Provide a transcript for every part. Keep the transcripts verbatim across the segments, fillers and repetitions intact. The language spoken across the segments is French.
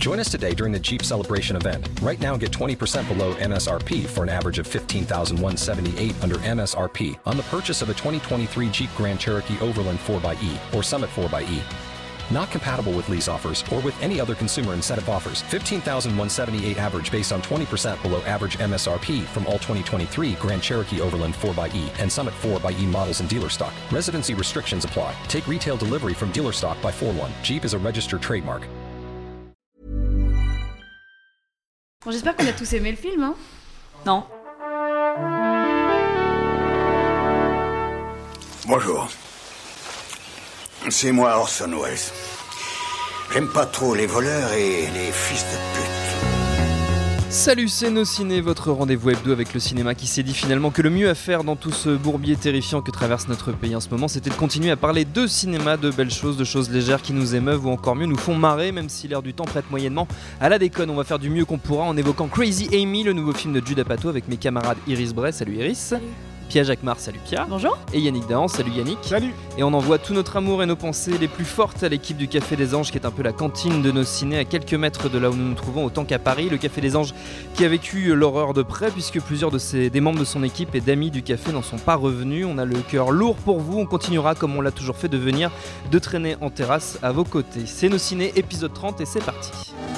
Join us today during the Jeep Celebration event. Right now, get twenty percent below M S R P for an average of fifteen thousand one hundred seventy-eight dollars under M S R P on the purchase of a twenty twenty-three Jeep Grand Cherokee Overland four by E or Summit four by E. Not compatible with lease offers or with any other consumer incentive offers. fifteen thousand one hundred seventy-eight dollars average based on twenty percent below average M S R P from all twenty twenty-three Grand Cherokee Overland four by E and Summit four by E models in dealer stock. Residency restrictions apply. Take retail delivery from dealer stock by four one. Jeep is a registered trademark. Bon, j'espère qu'on a tous aimé le film, hein ? Non ? Bonjour. C'est moi Orson Welles. J'aime pas trop les voleurs et les fils de pute. Salut, c'est Nos Ciné, votre rendez-vous hebdo avec le cinéma qui s'est dit finalement que le mieux à faire dans tout ce bourbier terrifiant que traverse notre pays en ce moment, c'était de continuer à parler de cinéma, de belles choses, de choses légères qui nous émeuvent ou encore mieux nous font marrer, même si l'air du temps prête moyennement à la déconne. On va faire du mieux qu'on pourra en évoquant Crazy Amy, le nouveau film de Judd Apatow avec mes camarades Iris Bray, salut Iris. Salut. Pia Jacquemart, salut Pia. Bonjour. Et Yannick Dahan, salut Yannick. Salut. Et on envoie tout notre amour et nos pensées les plus fortes à l'équipe du Café des Anges, qui est un peu la cantine de Nos Ciné, à quelques mètres de là où nous nous trouvons, autant qu'à Paris. Le Café des Anges qui a vécu l'horreur de près, puisque plusieurs de ses, des membres de son équipe et d'amis du café n'en sont pas revenus. On a le cœur lourd pour vous. On continuera, comme on l'a toujours fait, de venir, de traîner en terrasse à vos côtés. C'est Nos Ciné, épisode trente, et c'est parti.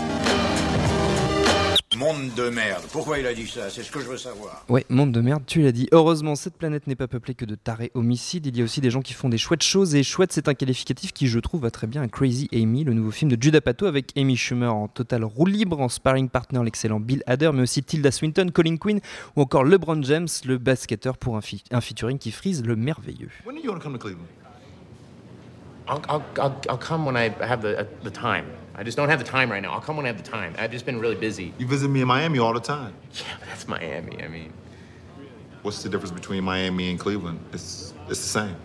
Monde de merde. Pourquoi il a dit ça ? C'est ce que je veux savoir. Ouais, monde de merde, tu l'as dit. Heureusement, cette planète n'est pas peuplée que de tarés homicides. Il y a aussi des gens qui font des chouettes choses. Et chouette, c'est un qualificatif qui, je trouve, va très bien à Crazy Amy, le nouveau film de Judd Apatow avec Amy Schumer en total roue libre, en sparring partner l'excellent Bill Hader, mais aussi Tilda Swinton, Colin Quinn ou encore LeBron James, le basketteur, pour un, fi- un featuring qui frise le merveilleux. When are you going to come to Cleveland? I'll, I'll, I'll, I'll come when I have the, uh, the time. I just don't have the time right now. I'll come when I have the time. I've just been really busy. You visit me in Miami all the time. Yeah, but that's Miami. I mean, What's the difference between Miami and Cleveland? It's it's the same.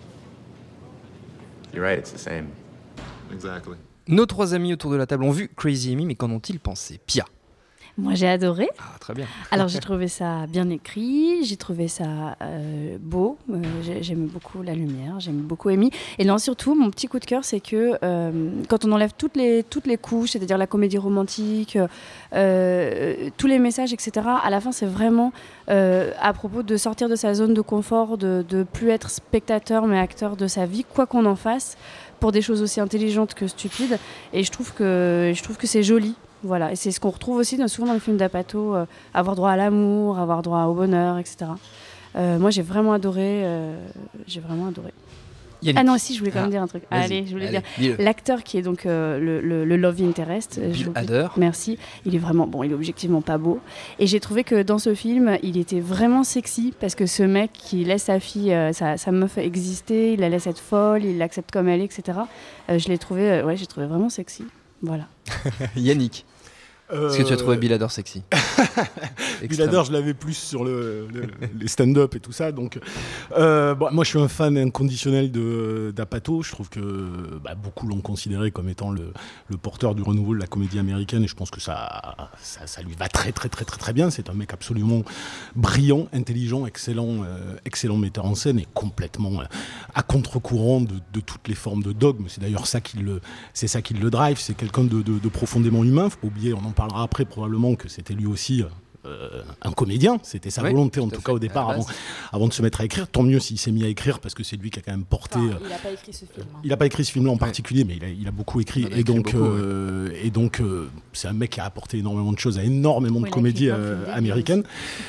you're right, it's the same. Exactly. Nos trois amis autour de la table ont vu Crazy Amy, mais qu'en ont-ils pensé ? Pia. Moi, j'ai adoré. Ah, très bien. Alors, j'ai trouvé ça bien écrit, j'ai trouvé ça euh, beau, euh, j'ai- j'aime beaucoup la lumière, j'aime beaucoup Amy. Et non, surtout, mon petit coup de cœur, c'est que euh, quand on enlève toutes les, toutes les couches, c'est-à-dire la comédie romantique, euh, tous les messages, et cetera, à la fin, c'est vraiment euh, à propos de sortir de sa zone de confort, de ne plus être spectateur, mais acteur de sa vie, quoi qu'on en fasse, pour des choses aussi intelligentes que stupides. Et je trouve que, je trouve que c'est joli. Voilà, et c'est ce qu'on retrouve aussi dans- souvent dans les films d'Apatow, euh, avoir droit à l'amour, avoir droit au bonheur, et cetera. Euh, moi, j'ai vraiment adoré. euh, j'ai vraiment adoré. Yannick. Ah non, si, je voulais quand même Ah, dire un truc. vas-y, Allez, je voulais allez, dire. dis-le. L'acteur qui est donc euh, le, le, le Love Interest, euh, Bill j'oublie. Hader. Merci. Il est vraiment bon. Il est objectivement pas beau. Et j'ai trouvé que dans ce film, il était vraiment sexy parce que ce mec qui laisse sa fille, euh, sa, sa meuf exister, il la laisse être folle, il l'accepte comme elle est, et cetera. Euh, je l'ai trouvé, euh, ouais, j'ai trouvé vraiment sexy. Voilà. Yannick. Euh... Est-ce que tu as trouvé Bill Hader sexy ? Bill Hader, je l'avais plus sur le, le- les stand-up et tout ça. Donc, euh, bon, moi, je suis un fan inconditionnel de, d'Apatow. Je trouve que bah, beaucoup l'ont considéré comme étant le, le porteur du renouveau de la comédie américaine. Et je pense que ça, ça, ça lui va très, très, très, très, très bien. C'est un mec absolument brillant, intelligent, excellent, euh, excellent metteur en scène et complètement euh, à contre-courant de, de toutes les formes de dogme. C'est d'ailleurs ça qui le, c'est ça qui le drive. C'est quelqu'un de, de, de profondément humain. Faut pas oublier, on en parlera après probablement, que c'était lui aussi euh, un comédien. C'était sa Oui, volonté, tout en à tout fait, cas au à départ, la avant, base. avant de se mettre à écrire. Tant mieux s'il s'est mis à écrire, parce que c'est lui qui a quand même porté. Enfin, euh, il n'a pas écrit ce film. hein. il n'a pas écrit ce film-là en particulier, mais il a, il a beaucoup écrit. Il en a et, écrit donc, beaucoup, euh, et donc, euh, c'est un mec qui a apporté énormément de choses à énormément Oui, de il a comédies écrit plein de euh, films débiles américaines.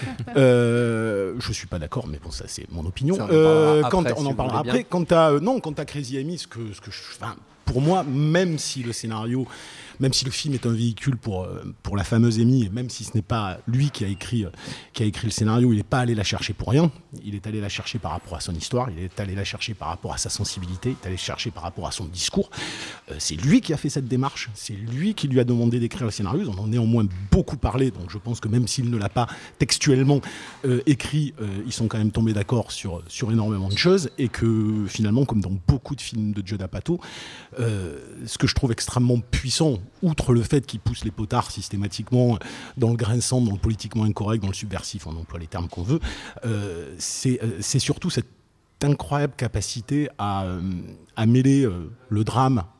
euh, je suis pas d'accord, mais bon, ça c'est mon opinion. Ça, on en parlera quand, après, on si en vous parlera voulez après. bien. Quant à euh, non, quant à Crazy Amy, ce que, ce que je, enfin, pour moi, même si le scénario, même si le film est un véhicule pour, euh, pour la fameuse Amy, et même si ce n'est pas lui qui a écrit, euh, qui a écrit le scénario, il n'est pas allé la chercher pour rien. Il est allé la chercher par rapport à son histoire, il est allé la chercher par rapport à sa sensibilité, il est allé chercher par rapport à son discours. Euh, c'est lui qui a fait cette démarche, c'est lui qui lui a demandé d'écrire le scénario. Ils en ont néanmoins beaucoup parlé, donc je pense que même s'il ne l'a pas textuellement euh, écrit, euh, ils sont quand même tombés d'accord sur, sur énormément de choses, et que finalement, comme dans beaucoup de films de Judd Apatow, euh, ce que je trouve extrêmement puissant, outre le fait qu'il pousse les potards systématiquement dans le grinçant, dans le politiquement incorrect, dans le subversif, on emploie les termes qu'on veut, euh, c'est, euh, c'est surtout cette incroyable capacité à, euh, à mêler euh, le drame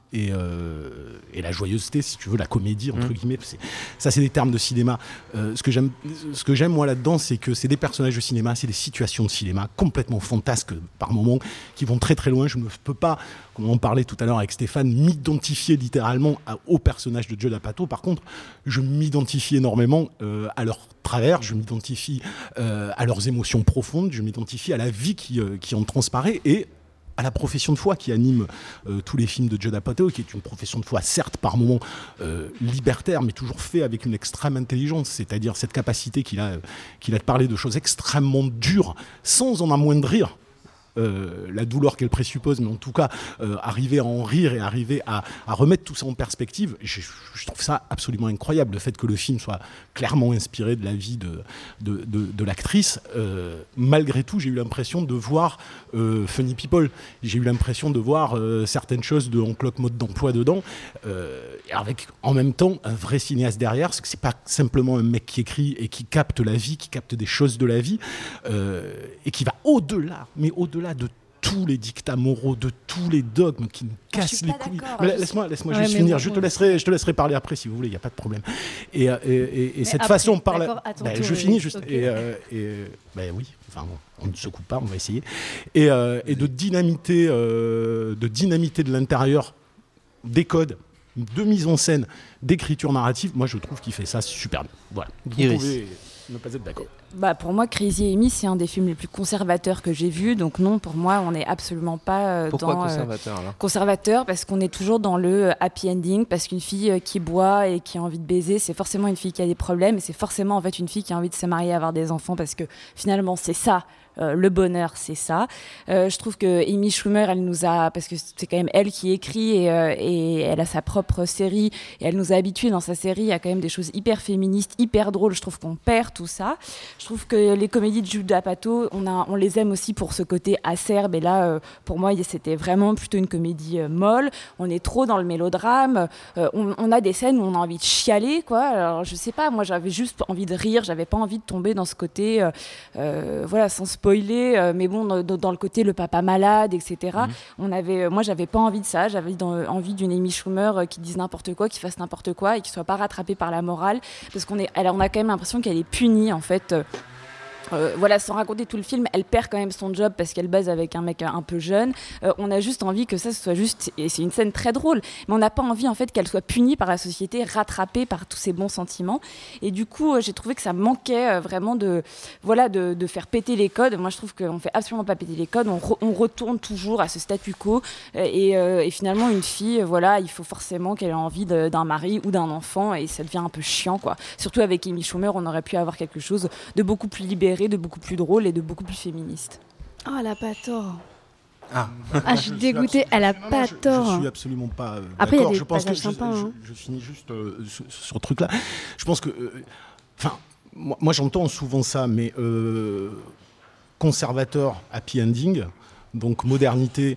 et, euh, et la joyeuseté, si tu veux, la comédie, entre mmh. guillemets. C'est, ça, c'est des termes de cinéma. Euh, ce, que j'aime, ce que j'aime, moi, là-dedans, c'est que c'est des personnages de cinéma, c'est des situations de cinéma complètement fantasques par moments, qui vont très très loin. Je ne peux pas, comme on en parlait tout à l'heure avec Stéphane, m'identifier littéralement à, au personnage de Judd Apatow. Par contre, je m'identifie énormément euh, à leur travers, je m'identifie euh, à leurs émotions profondes, je m'identifie à la vie qui, euh, qui en transparaît, et à la profession de foi qui anime euh, tous les films de Judd Apatow, qui est une profession de foi certes par moments euh, libertaire, mais toujours fait avec une extrême intelligence, c'est-à-dire cette capacité qu'il a, euh, qu'il a de parler de choses extrêmement dures sans en amoindrir Euh, la douleur qu'elle présuppose, mais en tout cas euh, arriver à en rire et arriver à, à remettre tout ça en perspective. Je, je trouve ça absolument incroyable, le fait que le film soit clairement inspiré de la vie de, de, de, de l'actrice. Euh, malgré tout, j'ai eu l'impression de voir euh, Funny People, j'ai eu l'impression de voir euh, certaines choses de Oncle Mode d'emploi dedans, euh, avec en même temps un vrai cinéaste derrière, parce que c'est pas simplement un mec qui écrit et qui capte la vie, qui capte des choses de la vie, euh, et qui va au-delà, mais au-delà de tous les dictats moraux, de tous les dogmes qui me cassent les couilles. Mais laisse-moi, laisse-moi ouais, juste finir. Bon, je te laisserai, je te laisserai parler après si vous voulez. Il y a pas de problème. Et, et, et, et cette après, façon par la, ben, je finis juste. Okay. Et, euh, et ben oui. Enfin, on ne se coupe pas. On va essayer. Et, euh, et de dynamiter, euh, de dynamiter de l'intérieur des codes, de mise en scène, d'écriture narrative. Moi, je trouve qu'il fait ça super bien. Voilà. Vous Iris. pouvez ne pas être d'accord. Bah pour moi, Crazy Amy, c'est un des films les plus conservateurs que j'ai vus. Donc non, pour moi, on n'est absolument pas euh, Pourquoi dans... conservateur euh, alors Conservateur, parce qu'on est toujours dans le happy ending, parce qu'une fille euh, qui boit et qui a envie de baiser, c'est forcément une fille qui a des problèmes, et c'est forcément en fait une fille qui a envie de se marier, avoir des enfants, parce que finalement, c'est ça. Euh, le bonheur, c'est ça. Euh, je trouve que Amy Schumer, elle nous a, parce que c'est quand même elle qui écrit et, euh, et elle a sa propre série et elle nous a habitués dans sa série à quand même des choses hyper féministes, hyper drôles. Je trouve qu'on perd tout ça. Je trouve que les comédies de Judd Apatow, on, a, on les aime aussi pour ce côté acerbe. Et là, euh, pour moi, c'était vraiment plutôt une comédie euh, molle. On est trop dans le mélodrame. Euh, on, on a des scènes où on a envie de chialer, quoi. Alors, je sais pas, moi, j'avais juste envie de rire. J'avais pas envie de tomber dans ce côté, euh, euh, voilà, sans spoiler, euh, mais bon, dans, dans le côté le papa malade, et cetera. Mmh. On avait, euh, moi, j'avais pas envie de ça. J'avais dans, euh, envie d'une Amy Schumer euh, qui dise n'importe quoi, qui fasse n'importe quoi et qui soit pas rattrapée par la morale, parce qu'on est, elle, on a quand même l'impression qu'elle est punie en fait. Euh, Euh, voilà, sans raconter tout le film, elle perd quand même son job parce qu'elle base avec un mec un peu jeune. Euh, on a juste envie que ça ce soit juste, et c'est une scène très drôle, mais on n'a pas envie en fait qu'elle soit punie par la société, rattrapée par tous ses bons sentiments. Et du coup, euh, j'ai trouvé que ça manquait euh, vraiment de, voilà, de, de faire péter les codes. Moi, je trouve qu'on fait absolument pas péter les codes. On, re, on retourne toujours à ce statu quo. Euh, et, euh, et finalement, une fille, euh, voilà, il faut forcément qu'elle ait envie de, d'un mari ou d'un enfant, et ça devient un peu chiant, quoi. Surtout avec Amy Schumer, on aurait pu avoir quelque chose de beaucoup plus libéré, de beaucoup plus drôle et de beaucoup plus féministe. Oh, elle a pas tort. Ah, ah je suis dégoûtée, elle a pas je, tort. Je suis absolument pas euh, Après, d'accord. Il y a des je pense que sympas, je, hein. je, je finis juste euh, sur, sur ce truc-là. Je pense que, enfin, euh, moi, moi j'entends souvent ça, mais euh, conservateur, happy ending, donc modernité.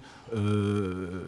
Euh,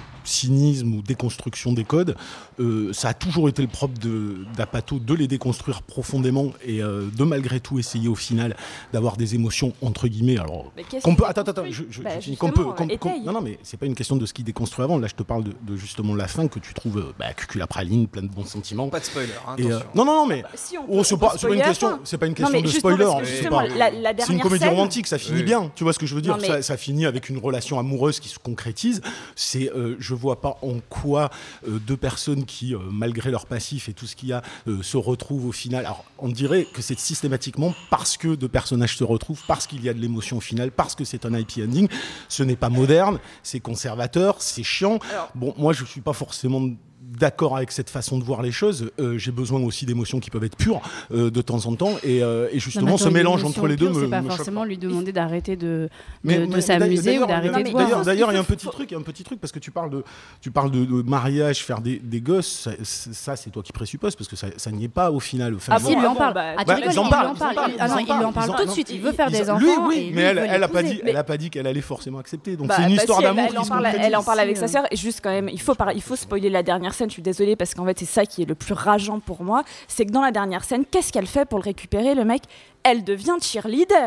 cynisme ou déconstruction des codes, euh, ça a toujours été le propre de, d'Apatow de les déconstruire profondément et euh, de malgré tout essayer au final d'avoir des émotions entre guillemets. Alors qu'on peut, attends, attends, je, je, bah, je, qu'on peut, qu'on, qu'on, non, non, mais c'est pas une question de ce qu'il déconstruit avant. Là, je te parle de, de justement la fin que tu trouves, bah, cuculapraline, plein de bons sentiments. Pas de spoiler. Hein, et, euh, non, non, non, mais bah, si on oh, peut, c'est, pas, c'est pas une question, c'est pas une question non, de spoiler. C'est, pas, la, la c'est une comédie scène, romantique, ça finit oui. bien. Tu vois ce que je veux dire, non, mais... ça, ça finit avec une relation amoureuse qui se concrétise. C'est, euh, je vois pas en quoi euh, deux personnes qui, euh, malgré leur passif et tout ce qu'il y a, euh, se retrouvent au final. Alors, on dirait que c'est systématiquement parce que deux personnages se retrouvent, parce qu'il y a de l'émotion au final, parce que c'est un happy ending. Ce n'est pas moderne, c'est conservateur, c'est chiant. Alors, bon, moi, je suis pas forcément d'accord avec cette façon de voir les choses. Euh, j'ai besoin aussi d'émotions qui peuvent être pures euh, de temps en temps. Et, euh, et justement, non, attends, ce mélange entre les deux pure, me c'est pas me forcément lui demander d'arrêter de, mais, de, mais, de s'amuser ou d'arrêter mais, de voir. D'ailleurs, d'ailleurs il y a un petit truc, il y a un petit truc parce que tu parles de, tu parles de, de mariage, faire des, des gosses. Ça, ça, c'est toi qui présupposes parce que ça, ça n'y est pas au final. Enfin, ah si, il lui en parle. Ah, tu rigoles, il lui en parle. Ah non, il lui en parle tout de suite. Il veut faire des enfants. Lui, oui, mais elle, elle a pas dit, elle a pas dit qu'elle allait forcément accepter. Donc c'est une histoire d'amour qui se concrétise. Elle en parle avec sa sœur et juste quand même, il faut, il faut spoiler la dernière scène. Je suis désolée parce qu'en fait, c'est ça qui est le plus rageant pour moi, c'est que dans la dernière scène, qu'est-ce qu'elle fait pour le récupérer, le mec ? Elle devient cheerleader.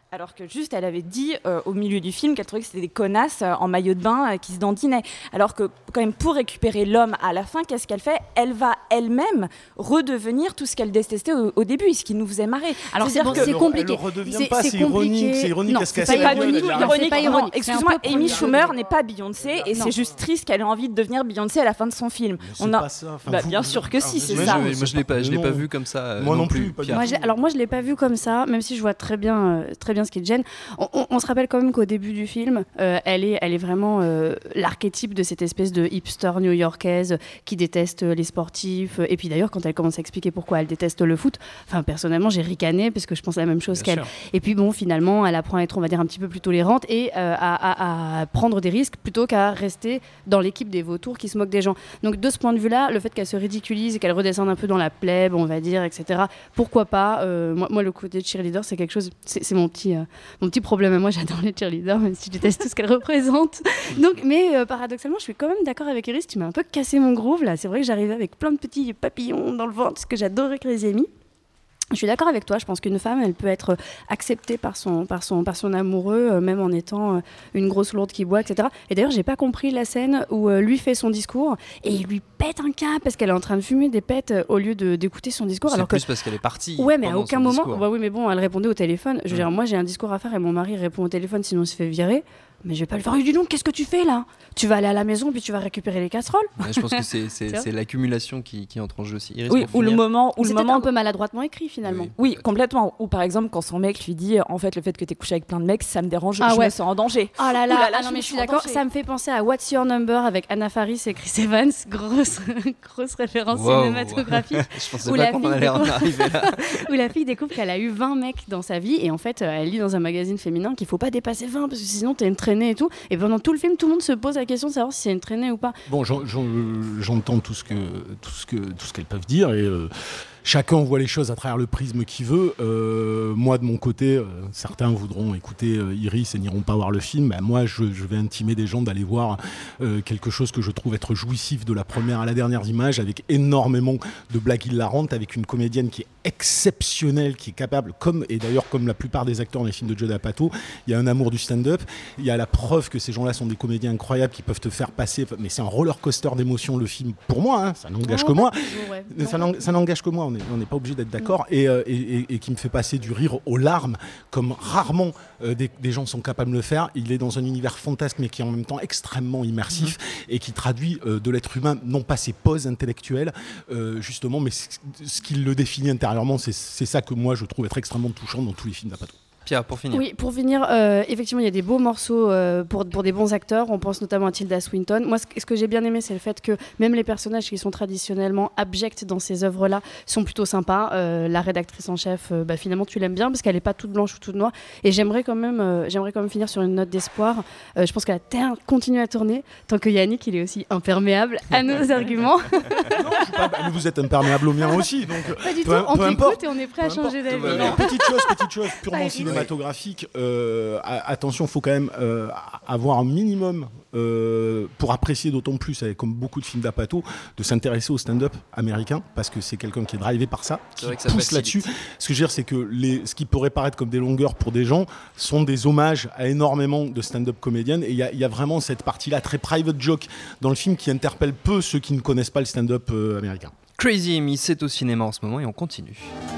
alors que juste elle avait dit euh, au milieu du film qu'elle trouvait que c'était des connasses euh, en maillot de bain euh, qui se dandinaient. Alors que quand même pour récupérer l'homme à la fin, qu'est-ce qu'elle fait ? Elle va elle-même redevenir tout ce qu'elle détestait au, au début, ce qui nous faisait marrer. Alors c'est, bon, que c'est compliqué. Elle ne redevient c'est, pas, c'est, c'est ironique. C'est ironique. Non, Est-ce c'est, qu'elle pas pas ironique. ironique, Non, ironique. c'est pas ironique. Excuse-moi, C'est Amy peu Schumer n'est pas Beyoncé et non. C'est juste triste qu'elle ait envie de devenir Beyoncé à la fin de son film. Mais c'est On a... pas ça. Enfin, bah, vous, bien vous, sûr que si, c'est moi, ça. Je, moi je l'ai pas, je l'ai pas vu comme ça. Euh, moi non, non plus. plus moi, alors moi je l'ai pas vu comme ça, même si je vois très bien, euh, très bien ce qui te gêne. On, on, on se rappelle quand même qu'au début du film, euh, elle est, elle est vraiment euh, l'archétype de cette espèce de hipster new-yorkaise qui déteste les sportifs. Et puis d'ailleurs, quand elle commence à expliquer pourquoi elle déteste le foot, enfin personnellement j'ai ricané parce que je pense la même chose bien qu'elle. sûr. Et puis bon, finalement, elle apprend à être, on va dire, un petit peu plus tolérante et euh, à, à, à prendre des risques plutôt qu'à rester dans l'équipe des vautours qui se moquent des gens. Donc de ce point de vue-là, le fait qu'elle se ridiculise et qu'elle redescende un peu dans la plèbe, on va dire, et cetera. Pourquoi pas euh, moi, moi, le côté de cheerleader, c'est quelque chose. C'est, c'est mon petit, euh, mon petit problème à moi. J'adore les cheerleaders, même si je déteste tout ce qu'elles représentent. Donc, mais euh, paradoxalement, je suis quand même d'accord avec Iris. Tu m'as un peu cassé mon groove là. C'est vrai que j'arrivais avec plein de petits papillons dans le ventre, parce que j'adorais Crazy Amy. Je suis d'accord avec toi, je pense qu'une femme, elle peut être acceptée par son, par son, par son amoureux, euh, même en étant euh, une grosse lourde qui boit, et cetera. Et d'ailleurs, j'ai pas compris la scène où euh, lui fait son discours et il lui pète un câble parce qu'elle est en train de fumer des pètes euh, au lieu de, d'écouter son discours. C'est alors plus que... parce qu'elle est partie. Ouais, mais à aucun moment... Discours. Bah oui, mais bon, elle répondait au téléphone. Je veux mmh. dire, moi, j'ai un discours à faire et mon mari répond au téléphone, sinon il se fait virer. Mais je vais pas le faire. Dis donc, qu'est-ce que tu fais là ? Tu vas aller à la maison puis tu vas récupérer les casseroles. Ouais, je pense que c'est, c'est, c'est l'accumulation qui, qui entre en jeu aussi. Iris, oui, ou le moment où c'est le moment un peu maladroitement écrit finalement. Oui, oui, complètement. Ou par exemple quand son mec lui dit en fait le fait que tu aies couché avec plein de mecs, ça me dérange, ah je ouais. me sens en danger. Oh là là, là, là ah non mais je suis d'accord, ça me fait penser à What's Your Number avec Anna Faris et Chris Evans, grosse grosse référence wow, cinématographique. Je pensais pas qu'on allait en arriver là. Où la fille découvre qu'elle a eu vingt mecs dans sa vie et en fait elle lit dans un magazine féminin qu'il faut pas dépasser vingt parce que sinon t'es une traînée et tout. Et pendant tout le film, tout le monde se pose la question de savoir si c'est une traînée ou pas. Bon, j'en, j'en, j'entends tout ce que tout ce que tout ce qu'elles peuvent dire et euh, chacun voit les choses à travers le prisme qu'il veut. Euh, moi, de mon côté, euh, certains voudront écouter euh, Iris et n'iront pas voir le film. Bah, moi, je, je vais intimer des gens d'aller voir euh, quelque chose que je trouve être jouissif de la première à la dernière image, avec énormément de blagues hilarantes, avec une comédienne qui est exceptionnelle, qui est capable, comme et d'ailleurs comme la plupart des acteurs dans les films de Judd Apatow, il y a un amour du stand-up. Il y a la preuve que ces gens-là sont des comédiens incroyables qui peuvent te faire passer. Mais c'est un roller coaster d'émotions le film. Pour moi, hein, ça n'engage oh, que moi. Toujours, ouais. Ça, n'eng- ça n'engage que moi. On est on n'est pas obligé d'être d'accord, mmh. et, euh, et, et, et qui me fait passer du rire aux larmes, comme rarement euh, des, des gens sont capables de le faire. Il est dans un univers fantasque, mais qui est en même temps extrêmement immersif, mmh. et qui traduit euh, de l'être humain, non pas ses poses intellectuelles, euh, justement, mais c- ce qui le définit intérieurement, c'est, c'est ça que moi je trouve être extrêmement touchant dans tous les films d'Apatow. Pierre, pour finir. Oui, pour finir, euh, effectivement, il y a des beaux morceaux euh, pour, pour des bons acteurs. On pense notamment à Tilda Swinton. Moi, ce, ce que j'ai bien aimé, c'est le fait que même les personnages qui sont traditionnellement abjects dans ces œuvres-là sont plutôt sympas. Euh, la rédactrice en chef, euh, bah, finalement, tu l'aimes bien parce qu'elle n'est pas toute blanche ou toute noire. Et j'aimerais quand même, euh, j'aimerais quand même finir sur une note d'espoir. Euh, je pense que la Terre continue à tourner tant que Yannick, il est aussi imperméable à nos arguments. Non, je suis pas, mais vous êtes imperméable aux miens aussi. Donc, pas du peu, tout, on peu t'écoute importe, et on est prêt à changer d'avis. Euh, petite chose, petite chose purement cinématographique. Euh, attention, il faut quand même euh, avoir un minimum euh, pour apprécier d'autant plus, avec, comme beaucoup de films d'Apatow, de s'intéresser au stand-up américain, parce que c'est quelqu'un qui est drivé par ça, qui ça pousse là-dessus. Ce que je veux dire, c'est que les, ce qui pourrait paraître comme des longueurs pour des gens sont des hommages à énormément de stand-up comédiennes, et il y, y a vraiment cette partie-là très private joke dans le film qui interpelle peu ceux qui ne connaissent pas le stand-up euh, américain. Crazy Amy, c'est au cinéma en ce moment et on continue.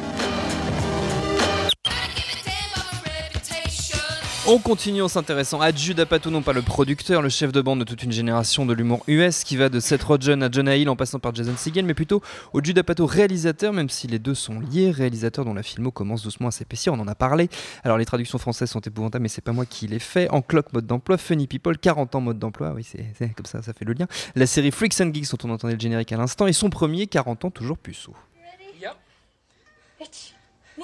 On continue en s'intéressant à Judd Apatow, non pas le producteur, le chef de bande de toute une génération de l'humour U S qui va de Seth Rogen à Jonah Hill en passant par Jason Segel, mais plutôt au Judd Apatow réalisateur, même si les deux sont liés, réalisateur dont la filmo commence doucement à s'épaissir, on en a parlé. Alors les traductions françaises sont épouvantables, mais c'est pas moi qui les fais. En cloque, mode d'emploi, Funny People, quarante ans, mode d'emploi, oui c'est, c'est comme ça, ça fait le lien. La série Freaks and Geeks dont on entendait le générique à l'instant, et son premier, quarante ans, toujours puceau. Ready? Yep. It's me.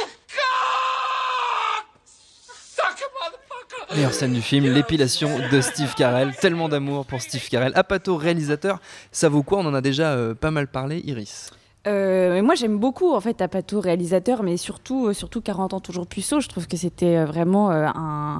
Meilleure scène du film, l'épilation de Steve Carell. Tellement d'amour pour Steve Carell. Apatow, réalisateur, ça vaut quoi ? On en a déjà euh, pas mal parlé. Iris ? Euh, mais moi j'aime beaucoup en fait Apatow réalisateur, mais surtout, euh, surtout quarante ans toujours puceau. Je trouve que c'était euh, vraiment euh, un...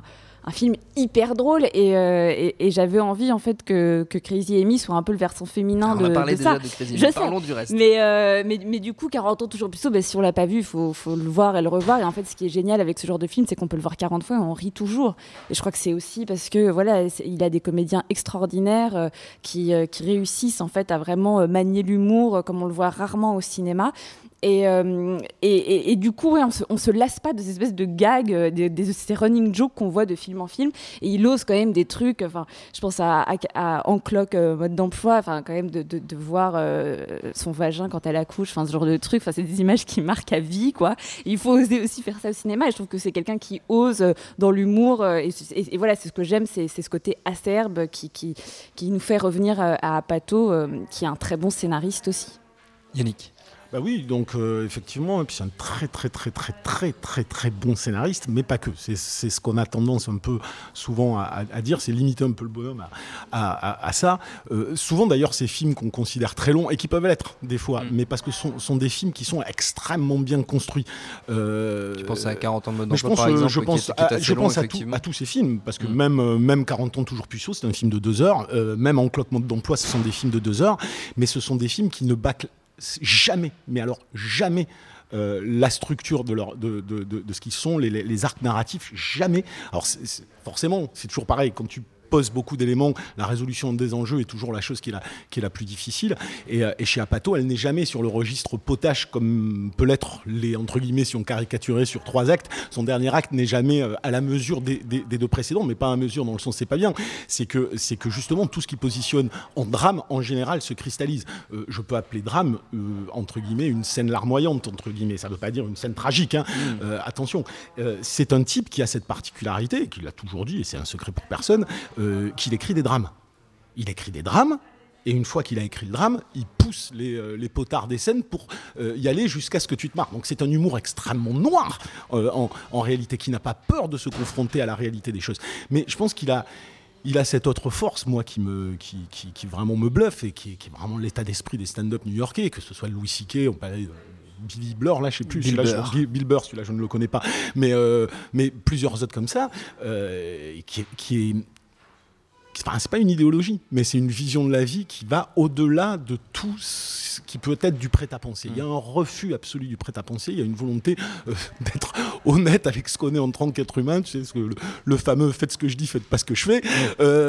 un film hyper drôle et, euh, et, et j'avais envie en fait que, que Crazy Amy soit un peu le versant féminin Alors, de, on a parlé de déjà ça. de Crazy Je Amy, sais, parlons du reste. Mais, euh, mais, mais du coup, quarante ans toujours plus tôt, bah, si on l'a pas vu, il faut, faut le voir et le revoir. Et en fait, ce qui est génial avec ce genre de film, c'est qu'on peut le voir quarante fois et on rit toujours. Et je crois que c'est aussi parce que voilà, il a des comédiens extraordinaires euh, qui, euh, qui réussissent en fait à vraiment euh, manier l'humour euh, comme on le voit rarement au cinéma. Et, euh, et, et, et du coup, ouais, on se, on se lasse pas de ces espèces de gags, euh, de, de, de ces running jokes qu'on voit de film en film. Et il ose quand même des trucs. Enfin, je pense à, à, à En cloque, euh, mode d'emploi. Enfin, quand même de, de, de voir euh, son vagin quand elle accouche. Enfin, ce genre de trucs. Enfin, c'est des images qui marquent à vie, quoi. Et il faut oser aussi faire ça au cinéma. Et je trouve que c'est quelqu'un qui ose euh, dans l'humour. Euh, et, et, et voilà, c'est ce que j'aime, c'est, c'est ce côté acerbe qui, qui, qui nous fait revenir à, à Apatow, euh, qui est un très bon scénariste aussi. Yannick. Bah oui, donc euh, effectivement, et puis c'est un très très très très très très très bon scénariste, mais pas que. C'est, c'est ce qu'on a tendance un peu souvent à, à dire, c'est limiter un peu le bonhomme à, à, à, à ça. Euh, souvent d'ailleurs, ces films qu'on considère très longs et qui peuvent l'être des fois, mm. mais parce que ce sont, sont des films qui sont extrêmement bien construits. Euh, tu penses à quarante ans de mode d'emploi, par exemple, je pense, qui est, qui est à, je long, pense à, tout, à tous ces films, parce que mm. même euh, même quarante ans toujours puceau, c'est un film de deux heures. Euh, même En cloque, mode d'emploi, ce sont des films de deux heures, mais ce sont des films qui ne bâclent jamais, mais alors jamais euh, la structure de, leur, de, de, de, de ce qu'ils sont, les, les, les arcs narratifs, jamais. Alors c'est, c'est, forcément, c'est toujours pareil, quand tu poses beaucoup d'éléments, la résolution des enjeux est toujours la chose qui est la, qui est la plus difficile. Et, et chez Apatow, elle n'est jamais sur le registre potache comme peut l'être les, entre guillemets, si on caricaturait sur trois actes. Son dernier acte n'est jamais à la mesure des, des, des deux précédents, mais pas à mesure dans le sens c'est pas bien. C'est que, c'est que justement, tout ce qui positionne en drame, en général, se cristallise. Euh, je peux appeler drame, euh, entre guillemets, une scène larmoyante, entre guillemets. Ça ne veut pas dire une scène tragique, hein. mmh. euh, attention. Euh, c'est un type qui a cette particularité, qu'il l'a toujours dit, et c'est un secret pour personne, Euh, qu'il écrit des drames. Il écrit des drames, et une fois qu'il a écrit le drame, il pousse les, euh, les potards des scènes pour euh, y aller jusqu'à ce que tu te marres. Donc c'est un humour extrêmement noir, euh, en, en réalité, qui n'a pas peur de se confronter à la réalité des choses. Mais je pense qu'il a, il a cette autre force, moi, qui, me, qui, qui, qui vraiment me bluffe, et qui, qui est vraiment l'état d'esprit des stand-up new-yorkais, que ce soit Louis C K, on parlait de Billy Blur, là, je sais plus. Bill Burr. Je, Bill Burr, celui-là, je ne le connais pas. Mais, euh, mais plusieurs autres comme ça, euh, qui, qui est... Enfin, c'est pas une idéologie, mais c'est une vision de la vie qui va au-delà de tout ce qui peut être du prêt-à-penser. Il y a un refus absolu du prêt-à-penser, il y a une volonté euh, d'être honnête avec ce qu'on est en tant qu'être humain, tu sais, ce que le, le fameux « faites ce que je dis, faites pas ce que je fais euh, ».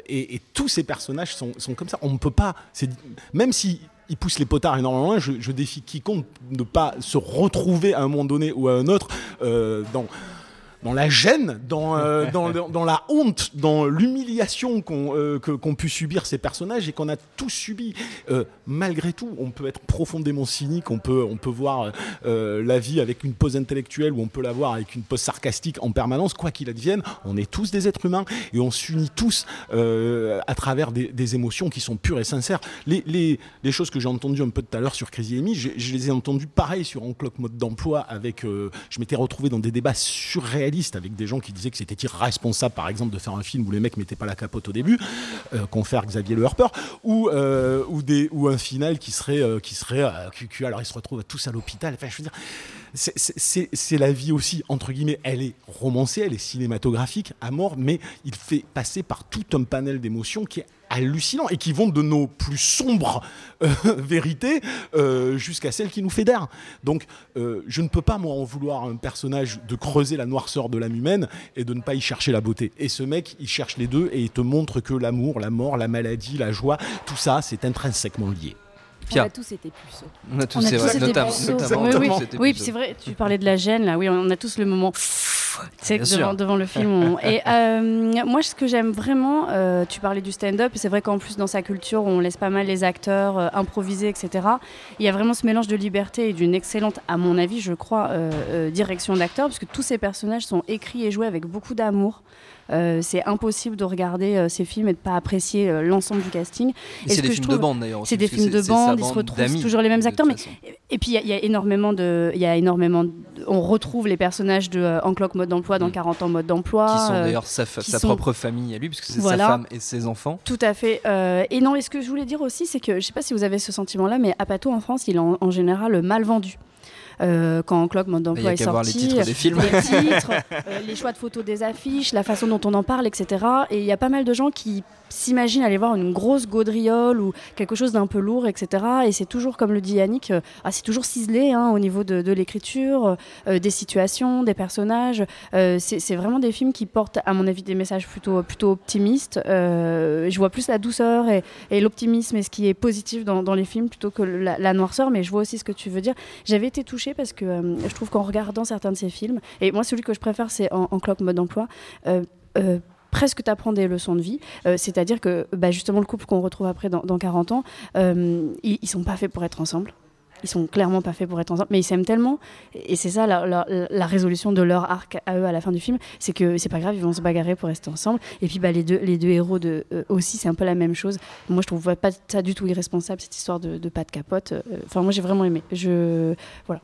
Et, et tous ces personnages sont, sont comme ça. On ne peut pas... C'est, même si... il pousse les potards énormément, je, je défie quiconque de ne pas se retrouver à un moment donné ou à un autre euh, dans... dans la gêne, dans, euh, dans, dans, dans la honte, dans l'humiliation qu'ont, euh, que, qu'ont pu subir ces personnages et qu'on a tous subi. Euh, malgré tout, on peut être profondément cynique, on peut, on peut voir euh, la vie avec une pose intellectuelle ou on peut la voir avec une pose sarcastique en permanence. Quoi qu'il advienne, on est tous des êtres humains et on s'unit tous euh, à travers des, des émotions qui sont pures et sincères. Les, les, les choses que j'ai entendues un peu tout à l'heure sur Crazy Amy, je, je les ai entendues pareil sur En cloque, mode d'emploi. Avec, euh, je m'étais retrouvé dans des débats surréalistes avec des gens qui disaient que c'était irresponsable, par exemple, de faire un film où les mecs mettaient pas la capote au début, euh, confère Xavier Le Harper, ou, euh, ou, des, ou un final qui serait, euh, qui serait euh, Q Q, alors ils se retrouvent tous à l'hôpital. Enfin, je veux dire, c'est, c'est, c'est la vie aussi, entre guillemets, elle est romancée, elle est cinématographique à mort, mais il fait passer par tout un panel d'émotions qui est hallucinant et qui vont de nos plus sombres euh, vérités euh, jusqu'à celle qui nous fédère. Donc euh, je ne peux pas moi en vouloir à un personnage de creuser la noirceur de l'âme humaine et de ne pas y chercher la beauté. Et ce mec, il cherche les deux et il te montre que l'amour, la mort, la maladie, la joie, tout ça, c'est intrinsèquement lié. Pierre. On a tous été puceaux. On a tous, on a c'est tous vrai, été notamment, puceaux. notamment, oui, notamment oui. oui puis c'est vrai, tu parlais de la gêne, là, oui, on a tous le moment... C'est devant, devant le film. On... Et euh, moi, ce que j'aime vraiment, euh, tu parlais du stand-up, et c'est vrai qu'en plus, dans sa culture, on laisse pas mal les acteurs euh, improviser, et cetera. Il y a vraiment ce mélange de liberté et d'une excellente, à mon avis, je crois, euh, euh, direction d'acteurs, parce que tous ces personnages sont écrits et joués avec beaucoup d'amour. Euh, c'est impossible de regarder euh, ces films et de pas apprécier euh, l'ensemble du casting. Et, et c'est des films trouve, de bande d'ailleurs. C'est des films de bande, ils se retrouvent d'amis, toujours les mêmes acteurs. Mais, et, et puis il y, y a énormément de, il y a énormément, de, on retrouve les personnages de euh, En cloque, mode d'emploi dans mmh. quarante ans mode d'emploi, qui sont d'ailleurs sa, fa- sa sont... propre famille à lui, puisque c'est voilà. sa femme et ses enfants. Tout à fait. Euh, et non, et ce que je voulais dire aussi, c'est que je sais pas si vous avez ce sentiment-là, mais Apatow en France, il est en, en général mal vendu. euh, quand Clock Mode d'emploi est sorti. Il y a qu'à voir les titres des films. Les titres, euh, les choix de photos des affiches, la façon dont on en parle, et cetera. Et il y a pas mal de gens qui s'imaginent aller voir une grosse gaudriole ou quelque chose d'un peu lourd, et cetera. Et c'est toujours, comme le dit Yannick, euh, ah, c'est toujours ciselé hein, au niveau de, de l'écriture, euh, des situations, des personnages. Euh, c'est, c'est vraiment des films qui portent, à mon avis, des messages plutôt, plutôt optimistes. Euh, je vois plus la douceur et, et l'optimisme et ce qui est positif dans, dans les films plutôt que la, la noirceur, mais je vois aussi ce que tu veux dire. J'avais été touchée parce que euh, je trouve qu'en regardant certains de ces films, et moi celui que je préfère c'est En, en Clock Mode d'emploi, euh, euh, presque t'apprends des leçons de vie, euh, c'est-à-dire que bah, justement le couple qu'on retrouve après dans, dans quarante ans, euh, ils, ils sont pas faits pour être ensemble. Ils sont clairement pas faits pour être ensemble, mais ils s'aiment tellement, et c'est ça la, la, la résolution de leur arc à eux à la fin du film, c'est que c'est pas grave, ils vont se bagarrer pour rester ensemble. Et puis bah, les, deux, les deux héros de, euh, aussi, c'est un peu la même chose. Moi je trouve pas ça du tout irresponsable, cette histoire de, de pas de capote. Enfin, euh, moi j'ai vraiment aimé. Je... Voilà.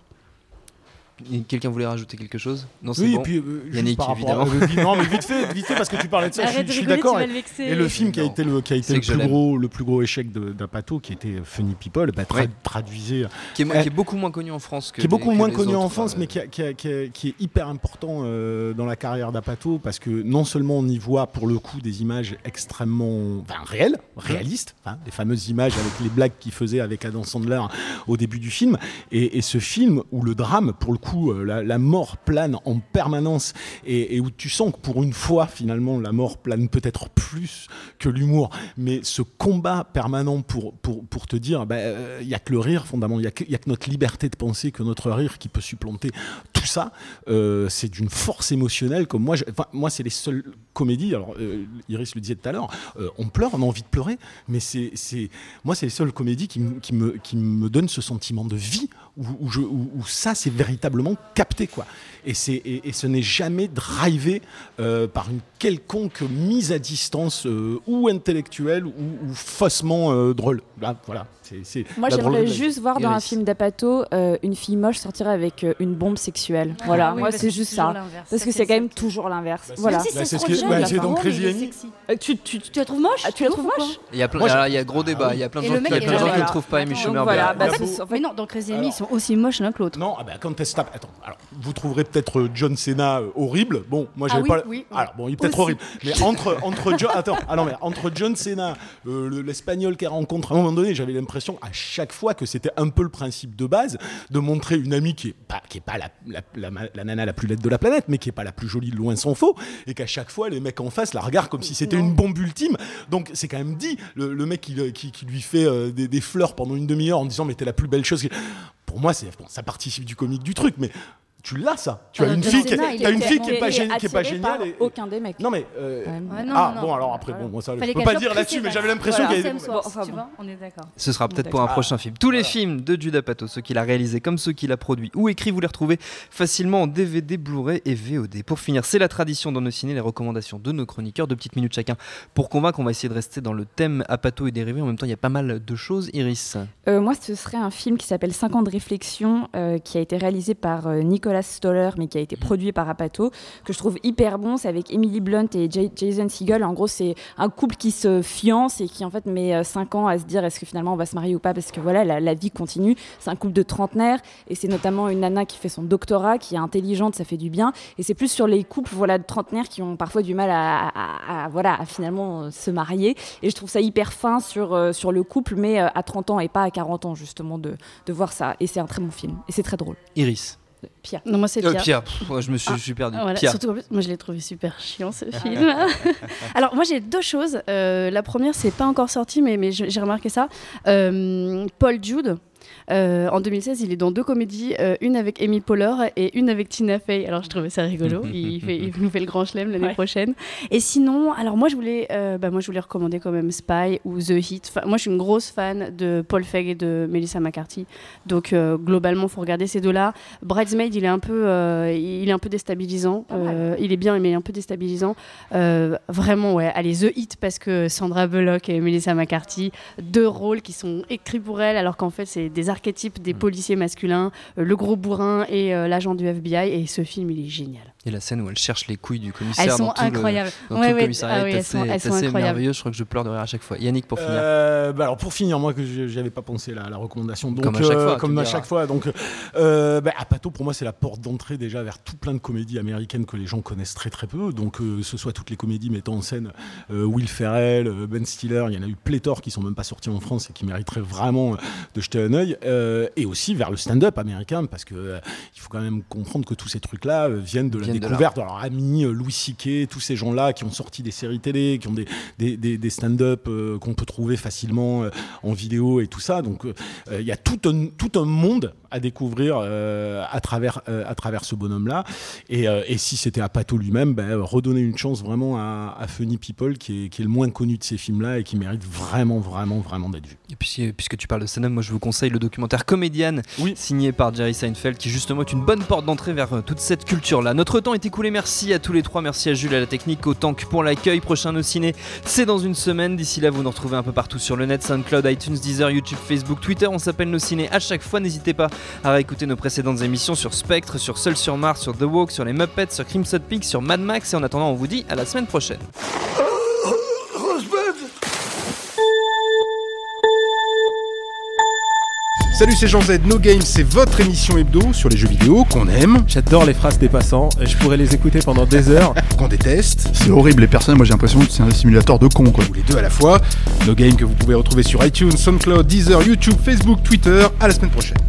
Et quelqu'un voulait rajouter quelque chose? Non, c'est oui, bon. Et puis, euh, Yannick, évidemment. À, euh, non, mais vite fait, vite fait, parce que tu parlais de ça, je, je suis d'accord. Et, et le film qui a été le, qui a été le, plus gros, le plus gros échec de, d'Apato, qui était Funny People, bah, tra- ouais. traduisait. Qui est, euh, qui est beaucoup moins connu en France que. Qui est beaucoup les, moins que connu autres, en France, euh... mais qui, a, qui, a, qui, a, qui est hyper important euh, dans la carrière d'Apato, parce que non seulement on y voit pour le coup des images extrêmement enfin, réelles, réalistes, hein, les fameuses images avec les blagues qu'il faisait avec Adam Sandler au début du film, et, et ce film où le drame, pour le coup, la, la mort plane en permanence et, et où tu sens que pour une fois finalement la mort plane peut-être plus que l'humour, mais ce combat permanent pour, pour, pour te dire il bah, euh, y a que le rire fondamentalement, il y, y a que notre liberté de penser, que notre rire qui peut supplanter tout ça, euh, c'est d'une force émotionnelle comme moi, je, moi c'est les seules comédies, alors euh, Iris le disait tout à l'heure, euh, on pleure, on a envie de pleurer, mais c'est, c'est, moi c'est les seules comédies qui, m- qui, me, qui me donnent ce sentiment de vie où, où, je, où, où ça c'est véritablement capté quoi. Et, c'est, et, et ce n'est jamais drivé euh, par une quelconque mise à distance euh, ou intellectuelle ou, ou faussement euh, drôle. Là, voilà. C'est, c'est Moi, j'aimerais juste voir dans un film d'Apato euh, une fille moche sortir avec euh, une bombe sexuelle. Ah, voilà, oui, moi c'est juste ça. Parce que c'est quand même toujours l'inverse. Bah, voilà. Si c'est, bah, c'est, c'est, ce que, bah, c'est donc Crazy Amy. Euh, tu, tu, tu la trouves moche ah, Tu la trouves moche Il y a plein, Moi, alors, il y a gros débat. Il y a plein de gens, qui, qui ne trouvent pas Amy Schumer. Voilà, bah, bah, en fait, mais non, dans Crazy Amy, ils sont aussi moches l'un que l'autre. Non, ah bah, quand elle se tape. Attends, alors, vous trouverez peut-être John Cena euh, horrible. Bon, moi, j'avais ah, oui, pas. Oui, alors, bon, il est peut-être aussi horrible. Mais entre, entre, jo... Attends, ah, non, mais entre John Cena, euh, le, l'espagnol qu'elle rencontre, à un moment donné, j'avais l'impression à chaque fois que c'était un peu le principe de base de montrer une amie qui est pas, qui est pas la, la, la, la nana la plus laide de la planète, mais qui est pas la plus jolie, loin s'en faut, et qu'à chaque fois, les mecs en face la regardent comme si c'était non. une bombe ultime. Donc, c'est quand même dit, le, le mec qui, qui, qui lui fait euh, des, des fleurs pendant une demi-heure en disant mais t'es la plus belle chose. Pour moi, c'est, bon, ça participe du comique du truc, mais tu l'as ça. Tu as une fille, qui, t'as une fille qui est pas, gé- qui est pas géniale. Et... Aucun des mecs. Non mais euh... ouais, non, ah non, bon non, alors après voilà. bon moi ça Fallait je peux pas dire là-dessus mais j'avais l'impression voilà, qu'il y avait soir, enfin, tu bon. vois, on est d'accord. Ce sera peut-être pour un prochain film. Tous les voilà. films de Judd Apatow, ceux qu'il a réalisés comme ceux qu'il a produits ou écrits, vous les retrouvez facilement en D V D, Blu-ray et V O D. Pour finir, c'est la tradition dans nos ciné, les recommandations de nos chroniqueurs, deux petites minutes chacun pour convaincre. On va essayer de rester dans le thème Apatow et dérivés. En même temps, il y a pas mal de choses. Iris. Euh, moi, ce serait un film qui s'appelle cinq ans de réflexion, euh, qui a été réalisé par euh, Nicolas Stoller, mais qui a été produit par Apatow, que je trouve hyper bon. C'est avec Emily Blunt et J- Jason Segel. En gros, c'est un couple qui se fiance et qui en fait met cinq ans à se dire est-ce que finalement on va se marier ou pas, parce que voilà, la, la vie continue. C'est un couple de trentenaires et c'est notamment une nana qui fait son doctorat, qui est intelligente, ça fait du bien. Et c'est plus sur les couples voilà, de trentenaires qui ont parfois du mal à, à, à, voilà, à finalement se marier. Et je trouve ça hyper fin sur, euh, sur le couple, mais euh, à trente ans et pas à quarante ans justement, de, de voir ça. Et c'est un très bon film et c'est très drôle. Iris. Pierre. Non, moi c'est Pierre. Euh, Pierre, Pff, ouais, je me suis, ah, je suis perdu. Voilà, Pierre. surtout en plus, moi je l'ai trouvé super chiant ce film. Alors moi j'ai deux choses. Euh, la première, c'est pas encore sorti, mais, mais j'ai remarqué ça. Euh, Paul Judd. Euh, en deux mille seize, il est dans deux comédies, euh, une avec Amy Poehler et une avec Tina Fey. Alors je trouvais ça rigolo. il, fait, il nous fait le grand chelem l'année ouais. prochaine. Et sinon, alors moi je voulais, euh, bah moi je voulais recommander quand même Spy ou The Heat. Enfin, moi je suis une grosse fan de Paul Feig et de Melissa McCarthy. Donc euh, globalement, faut regarder ces deux-là. Bridesmaid, il est un peu, euh, il est un peu déstabilisant. Euh, il est bien, mais un peu déstabilisant. Euh, vraiment, ouais. Allez, The Heat parce que Sandra Bullock et Melissa McCarthy, deux rôles qui sont écrits pour elle, alors qu'en fait c'est des archétypes des policiers masculins, euh, le gros bourrin et euh, l'agent du F B I, et ce film il est génial. Et la scène où elle cherche les couilles du commissaire. Elles sont dans tout incroyables. Le, dans ouais, tout ouais, le commissariat, ah oui, est elles assez, sont, elles sont assez incroyables. merveilleux. Je crois que je pleure de rire à chaque fois. Yannick, pour finir. Euh, bah alors pour finir, moi que je n'avais pas pensé à la, la recommandation. Donc, comme à chaque fois. Euh, comme à chaque fois. Donc, euh, bah, Apatow pour moi c'est la porte d'entrée déjà vers tout plein de comédies américaines que les gens connaissent très très peu. Donc euh, ce soit toutes les comédies mettant en scène euh, Will Ferrell, euh, Ben Stiller, il y en a eu pléthore qui sont même pas sortis en France et qui mériteraient vraiment de jeter un œil. Euh, et aussi vers le stand-up américain parce que euh, il faut quand même comprendre que tous ces trucs là euh, viennent de la viennent découverte de, de leur ami euh, Louis C K, tous ces gens là qui ont sorti des séries télé, qui ont des, des, des, des stand-up euh, qu'on peut trouver facilement euh, en vidéo et tout ça. Donc il euh, y a tout un, tout un monde à découvrir euh, à, travers, euh, à travers ce bonhomme-là. Et, euh, et si c'était Apatow lui-même, ben, redonner une chance vraiment à, à Funny People, qui est, qui est le moins connu de ces films-là et qui mérite vraiment, vraiment, vraiment d'être vu. Et puis, puisque tu parles de stand-up, moi je vous conseille le documentaire Comedian, oui. signé par Jerry Seinfeld, qui justement est une bonne porte d'entrée vers euh, toute cette culture-là. Notre temps est écoulé, merci à tous les trois, merci à Jules à la technique, autant que pour l'accueil. Prochain Nos Ciné, c'est dans une semaine. D'ici là, vous nous retrouvez un peu partout sur le net, SoundCloud, iTunes, Deezer, YouTube, Facebook, Twitter. On s'appelle Nos Ciné à chaque fois. N'hésitez pas à réécouter nos précédentes émissions sur Spectre, sur Seul sur Mars, sur The Walk, sur les Muppets, sur Crimson Peak, sur Mad Max. Et en attendant, on vous dit à la semaine prochaine. Salut, c'est Jean Z, No Game, c'est votre émission hebdo sur les jeux vidéo qu'on aime. J'adore les phrases des passants, je pourrais les écouter pendant des heures. Qu'on déteste. C'est horrible, les personnes, moi j'ai l'impression que c'est un simulateur de con, quoi. Ou les deux à la fois. No Game que vous pouvez retrouver sur iTunes, SoundCloud, Deezer, YouTube, Facebook, Twitter. À la semaine prochaine.